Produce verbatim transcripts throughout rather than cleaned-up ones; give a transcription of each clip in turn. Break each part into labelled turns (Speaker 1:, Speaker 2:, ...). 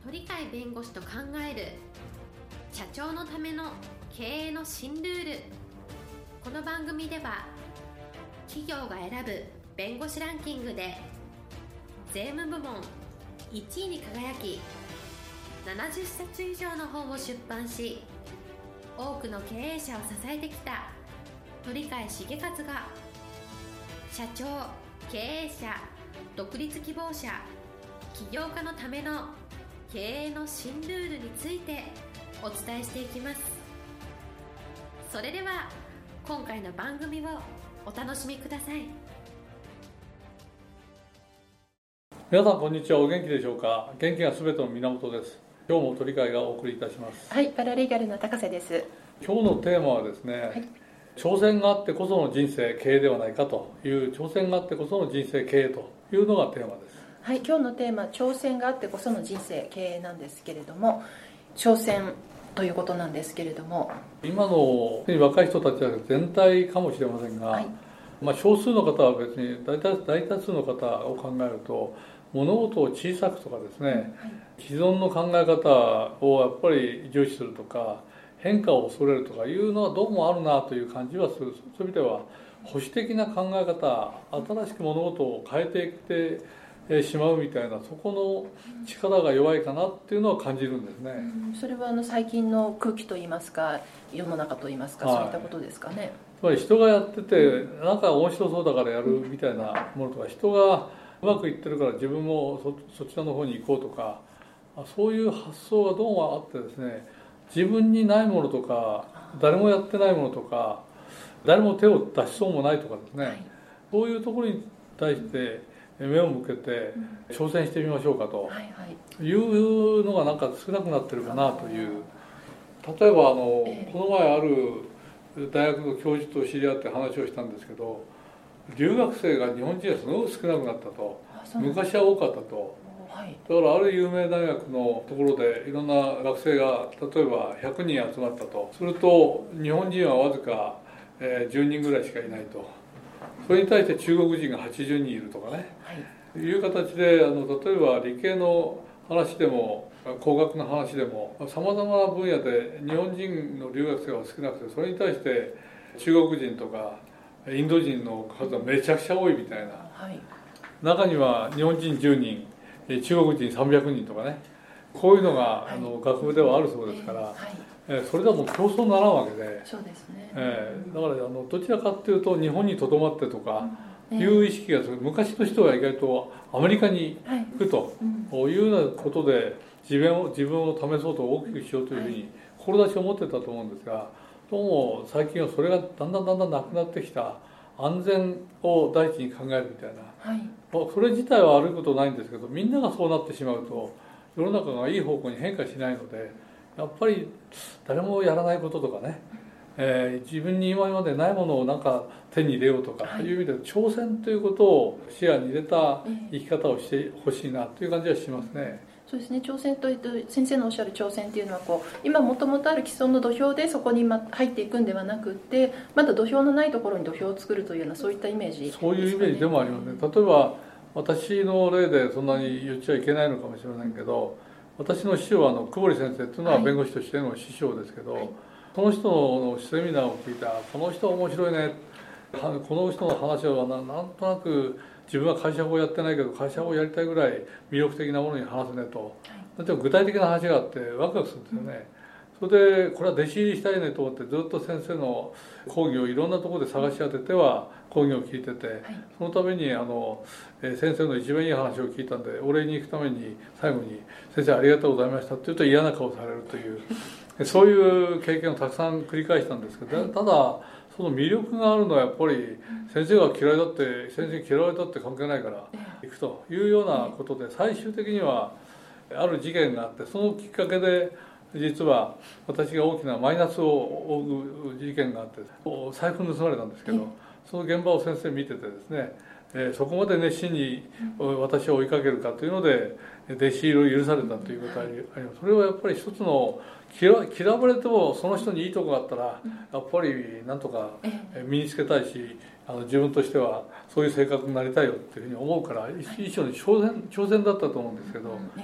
Speaker 1: 鳥飼弁護士と考える社長のための経営の新ルール。この番組では企業が選ぶ弁護士ランキングで税務部門いちいに輝き、ななじゅっさつ以上の本を出版し、多くの経営者を支えてきた鳥飼茂勝が、社長、経営者、独立希望者、起業家のための経営の新ルールについてお伝えしていきます。それでは今回の番組をお楽しみください。
Speaker 2: 皆さんこんにちは。お元気でしょうか。元気がすべての源です。今日も鳥飼がお送りいたします。
Speaker 3: はい、パラリーガルの高瀬です。
Speaker 2: 今日のテーマはですね、はい、挑戦があってこその人生経営ではないかという、挑戦があってこその人生経営というのがテーマです。
Speaker 3: はい、今日のテーマ、挑戦があってこその人生経営なんですけれども、挑戦ということなんですけれども、
Speaker 2: 今の若い人たちは全体かもしれませんが、はい、まあ、少数の方は別に大多、大多数の方を考えると、物事を小さくとかですね、はい、既存の考え方をやっぱり重視するとか、変化を恐れるとかいうのはどうもあるなという感じはする。そういう意味では保守的な考え方、新しく物事を変えていってしまうみたいな、そこの力が弱いかなっていうのは感じるんですね。
Speaker 3: うん、それはあの最近の空気といいますか、世の中といいますか、はい、そういったことですかね。
Speaker 2: つまり人がやっててなんか面白そうだからやるみたいなものとか、人がうまくいってるから自分も そ, そちらの方に行こうとか、そういう発想がどうもあってですね、自分にないものとか、誰もやってないものとか、誰も手を出しそうもないとかですね、はい、そういうところに対して目を向けて挑戦してみましょうかというのがなんか少なくなってるかなという。例えばあの、えー、この前ある大学の教授と知り合って話をしたんですけど、留学生が日本人はすごく少なくなったと。昔は多かったと。だからある有名大学のところでいろんな学生が例えばひゃくにん集まったとすると、日本人はわずかじゅうにんぐらいしかいないと。それに対して中国人がはちじゅうにんいるとかね、はい、いう形で、あの例えば理系の話でも工学の話でもさまざまな分野で日本人の留学生は少なくて、それに対して中国人とかインド人の数はめちゃくちゃ多いみたいな、はい、中には日本人じゅうにん、中国人さんびゃくにんとかね、こういうのが、はい、あの学部ではあるそうですから、えーはい、それではもう競争にならんわけで、
Speaker 3: そうですね、
Speaker 2: えー、だからあのどちらかというと日本にとどまってとかいう意識がする。昔の人は意外とアメリカに行くというようなことで自分を自分を試そうと大きくしようというふうに志を持ってたと思うんですが、どうも最近はそれがだんだんだんだんなくなってきた。安全を第一に考えるみたいな、はい、それ自体は悪いことないんですけど、みんながそうなってしまうと世の中がいい方向に変化しないので、やっぱり誰もやらないこととかね、えー、自分に今までないものをなんか手に入れようとか、はい、いう意味で挑戦ということを視野に入れた生き方をしてほしいなという感じはしますね。
Speaker 3: そうですね、挑戦というと、先生のおっしゃる挑戦というのはこう、今もともとある既存の土俵でそこに入っていくんではなくて、まだ土俵のないところに土俵を作るというような、そういったイメージですかね。
Speaker 2: そういうイメージでもありますね。例えば私の例でそんなに言っちゃいけないのかもしれませんけど、私の師匠はあの久保利先生というのは弁護士としての師匠ですけど、はい、この人のセミナーを聞いた、この人面白いね、この人の話は な, なんとなく自分は会社法やってないけど会社法やりたいぐらい魅力的なものに話すねと、はい、でも具体的な話があってワクワクするんですよね、うん、それでこれは弟子入りしたいねと思ってずっと先生の講義をいろんなところで探し当てては講義を聞いてて、はい、そのためにあの先生の一番いい話を聞いたんで、お礼に行くために最後に「先生ありがとうございました」って言うと嫌な顔されるというそういう経験をたくさん繰り返したんですけど、ただその魅力があるのはやっぱり先生が嫌いだって先生嫌われたって関係ないから行くというようなことで、最終的にはある事件があって、そのきっかけで実は私が大きなマイナスを負う事件があって、財布盗まれたんですけど、その現場を先生見ててですね、えー、そこまで熱心に私を追いかけるかというので弟子入りを許されたということがあります。それはやっぱり一つの嫌われてもその人にいいとこがあったらやっぱりなんとか身につけたいし、あの自分としてはそういう性格になりたいよっていうふうに思うから、一種の挑戦、挑戦だったと思うんですけど、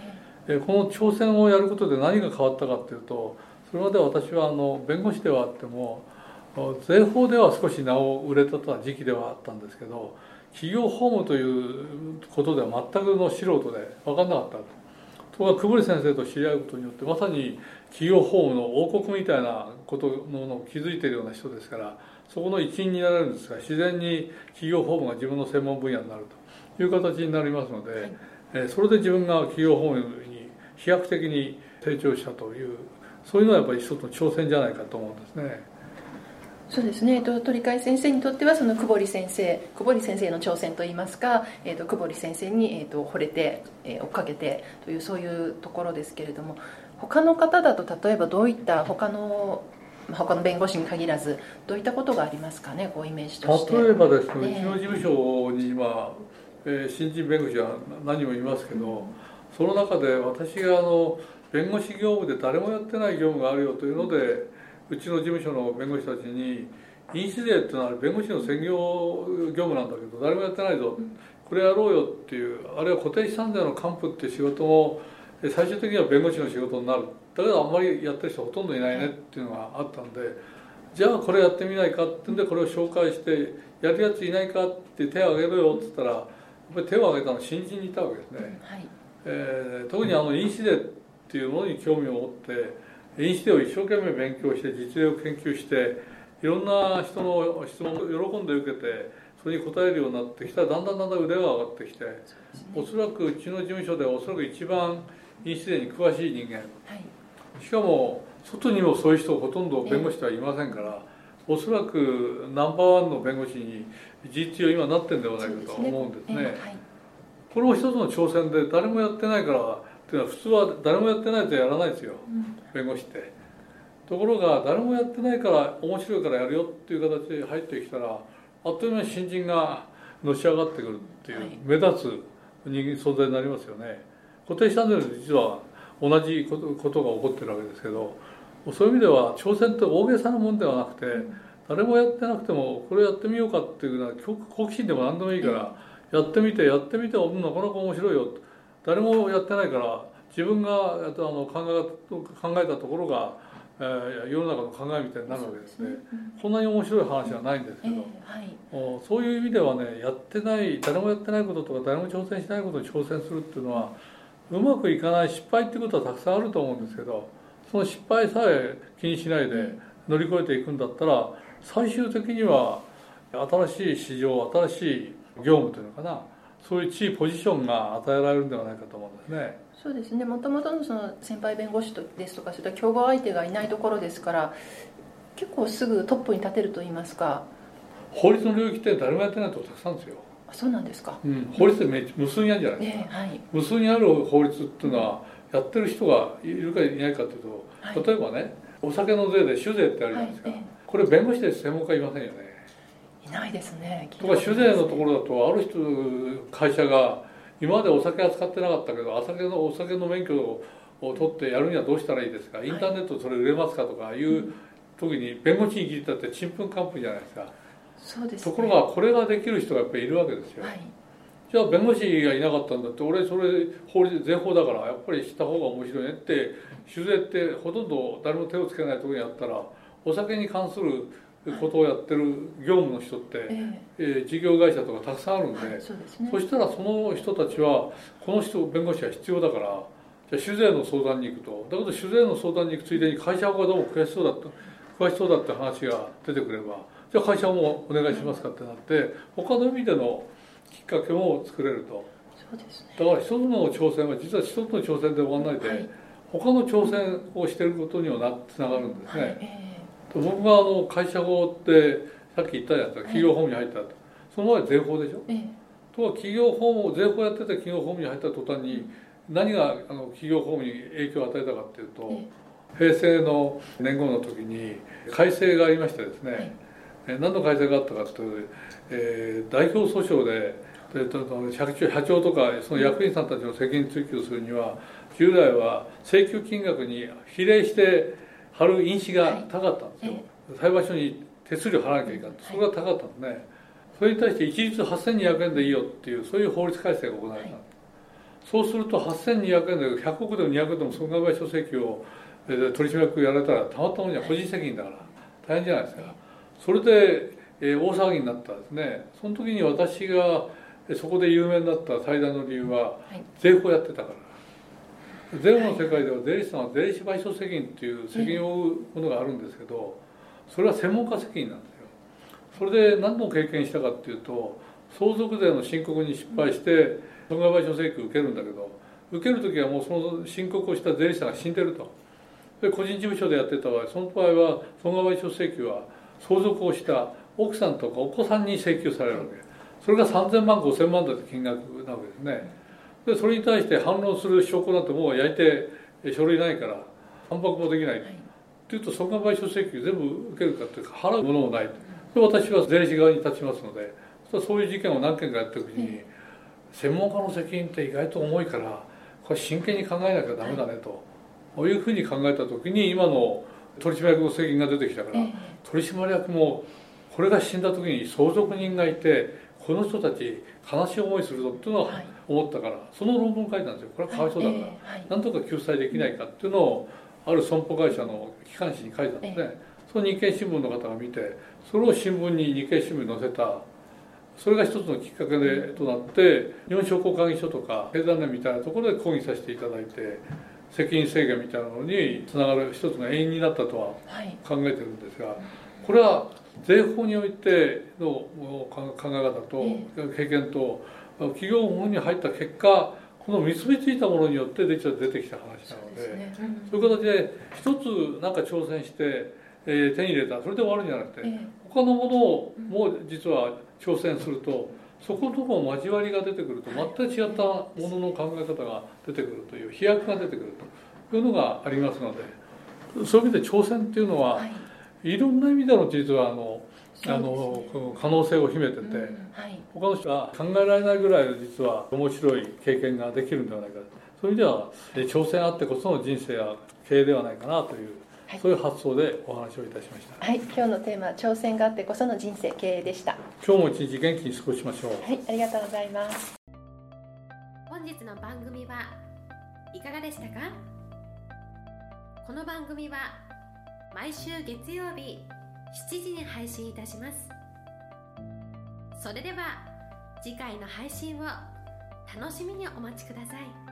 Speaker 2: えこの挑戦をやることで何が変わったかっていうと、それまで私はあの弁護士ではあっても税法では少し名を売れた時期ではあったんですけど、企業法務ということでは全くの素人で分かんなかったと。ところが久保利先生と知り合うことによってまさに企業法務の王国みたいなことのを築いているような人ですから、そこの一員になれるんですが、自然に企業法務が自分の専門分野になるという形になりますので、はい、えそれで自分が企業法務に飛躍的に成長したという、そういうのはやっぱり一つの挑戦じゃないかと思うんですね。
Speaker 3: そうですね、鳥飼先生にとってはその久保利先生久保利先生の挑戦といいますか、えー、と久保利先生に、えー、と惚れて、えー、追っかけてというそういうところですけれども、他の方だと例えばどういった他の他の弁護士に限らずどういったことがありますかね、こうイメージとして。
Speaker 2: 例えばですね、うちの事務所に今、えー、新人弁護士は何人もいますけど、うん、その中で私があの弁護士業務で誰もやってない業務があるよというので、うちの事務所の弁護士たちに印紙税っていうのは弁護士の専業業務なんだけど誰もやってないぞ、これやろうよっていう、あるいは固定資産税の還付っていう仕事も最終的には弁護士の仕事になる、だけどあんまりやってる人ほとんどいないねっていうのがあったんで、じゃあこれやってみないかってんでこれを紹介してやるやついないかって手を挙げろよって言ったら、やっぱり手を挙げたのは新人にいたわけですね、はい、えー、特にあの印紙税っていうのに興味を持って印紙税を一生懸命勉強して実例を研究していろんな人の質問を喜んで受けてそれに答えるようになってきたら、だんだんだんだん腕が上がってきて、おそらくうちの事務所ではおそらく一番印紙税に詳しい人間、はい、しかも外にもそういう人ほとんど弁護士ではいませんから、おそらくナンバーワンの弁護士に事実上今なってるんではないかと思うんですね、えーはい、これも一つの挑戦で、誰もやってないからっていうのは普通は誰もやってないとやらないですよ、うん、弁護士って。ところが誰もやってないから面白いからやるよっていう形で入ってきたら、あっという間に新人がのし上がってくるっていう、はい、目立つ人間存在になりますよね。固定資産税で実は同じことが起こってるわけですけど、そういう意味では挑戦って大げさなもんではなくて、誰もやってなくてもこれやってみようかっていうのは好奇心でも何でもいいからやってみてやってみて、うん、なかなか面白いよ、誰もやってないから自分があの考え、考えたところが、えー、世の中の考えみたいになるわけですね。こんなに面白い話はないんですけど、えーはい、そういう意味ではね、やってない誰もやってないこととか誰も挑戦しないことに挑戦するっていうのは、うまくいかない失敗っていうことはたくさんあると思うんですけど、その失敗さえ気にしないで乗り越えていくんだったら、最終的には新しい市場、新しい業務というのかな、そういう地位ポジションが与えられるんではないかと思うんですね。
Speaker 3: そうですね、もともとのその先輩弁護士ですとか、そういった競合相手がいないところですから、結構すぐトップに立てるといいますか。
Speaker 2: 法律の領域って誰もやってないとこたくさんですよ。
Speaker 3: そうなんですか、
Speaker 2: うん、法律って無数にあるんじゃないですか、えーはい、無数にある法律っていうのはやってる人がいるかいないかというと、はい、例えばね、お酒の税で酒税ってあるじゃないですか、はい、えー、これ弁護士で専門家いませんよね。
Speaker 3: いないですね。
Speaker 2: とか酒税のところだと、ある人会社が今までお酒扱ってなかったけど、お酒のお酒の免許を取ってやるにはどうしたらいいですか、インターネットそれ売れますかとかいう時に弁護士に聞いたってちんぷんかんぷんじゃないですか。
Speaker 3: そうですね、
Speaker 2: ところがこれができる人がやっぱりいるわけですよ、はい、じゃあ弁護士がいなかったんだって、俺それ法律税法だからやっぱりした方が面白いねって、酒税ってほとんど誰も手をつけないところにやったら、お酒に関することをやってる業務の人って、はい、えー、事業会社とかたくさんあるんで、はい、 そうですね、そしたらその人たちはこの人弁護士が必要だから、じゃあ酒税の相談に行くと、だけど酒税の相談に行くついでに会社がどうも悔しそうだった詳しそうだって話が出てくれば、じゃあ会社もお願いしますかってなって、他の意味でのきっかけも作れると。
Speaker 3: そうですね、
Speaker 2: だから一つの挑戦は実は一つの挑戦で終わらないで、はい、他の挑戦をしていることにはなつながるんですね、はい、えー、僕があの会社法ってさっき言ったじゃないですか、企業法務に入ったと、はい、その前税法でしょ、えー、とは企業法務、税法やってて企業法務に入った途端に何があの企業法務に影響を与えたかっていうと、えー、平成の年号の時に改正がありましてですね、はい、何の改正があったかというと、えー、代表訴訟で社長とかその役員さんたちの責任追及するには、従来は請求金額に比例して貼る印紙が高かったんですよ、はい、裁判所に手数料払わなきゃいけない、それが高かったんですね。それに対して一律はっせんにひゃくえんでいいよっていう、そういう法律改正が行われたんです、はい、 そうするとはっせんにひゃくえんでひゃくおくでもにひゃくえんでも損害賠償請求を取締役やられたらたまったもんじゃ個人責任だから大変じゃないですか。それで、えー、大騒ぎになったんですね。その時に私がそこで有名になった最大の理由は、はい、税法やってたから。税法の世界では税理士さんは税理士賠償責任っていう責任を負うものがあるんですけど、それは専門家責任なんですよ。それで何の経験したかっていうと、相続税の申告に失敗して損害賠償請求を受けるんだけど、受ける時はもうその申告をした税理士さんが死んでると。で個人事務所でやってた場合、その場合は損害賠償請求は相続をした奥さんとかお子さんに請求されるわけ。それがさんぜんまんごせんまんだって金額なわけですね。でそれに対して反論する証拠なんてもう焼いて書類ないから反駁もできない、はい、っていうと損害賠償請求全部受けるかというか払うものもない。で私は税理士側に立ちますので、そういう事件を何件かやってる時に、専門家の責任って意外と重いからこれ真剣に考えなきゃダメだねと、こういうふうに考えた時に今の取締役の責任が出てきたから、取締役もこれが死んだ時に相続人がいてこの人たち悲しい思いするぞっていうのを思ったから、その論文書いたんですよ。これはかわいそうだから、なんとか救済できないかっていうのをある損保会社の機関紙に書いたんですね。その日経新聞の方が見て、それを新聞に日経新聞に載せた。それが一つのきっかけでとなって、日本商工会議所とか経団連みたいなところで抗議させていただいて、責任制限みたいなのにつながる一つの原因になったとは考えてるんですが、これは税法においての考え方と経験と企業法に入った結果、この結びついたものによって出てきた話なので、そうですね、うん、そういう形で一つ何か挑戦して、えー、手に入れた、それで終わるんじゃなくて、えー、他のものも実は挑戦すると、そことの交わりが出てくると全く違ったものの考え方が出てくるという飛躍が出てくるというのがありますので、そういう意味で挑戦っていうのは、はい、いろんな意味での実はあのあの可能性を秘めてて、うんはい、他の人は考えられないぐらいの実は面白い経験ができるんではないか、そういう意味では挑戦あってこその人生や経営ではないかなという、はい、そういう発想でお話をいたしました。
Speaker 3: はい、今日のテーマは挑戦があってこその人生経営でした。
Speaker 2: 今日も一日元気に過ごしましょう。
Speaker 3: はい、ありがとうございます。
Speaker 1: 本日の番組はいかがでしたか？この番組は毎週月曜日しちじに配信いたします。それでは次回の配信を楽しみにお待ちください。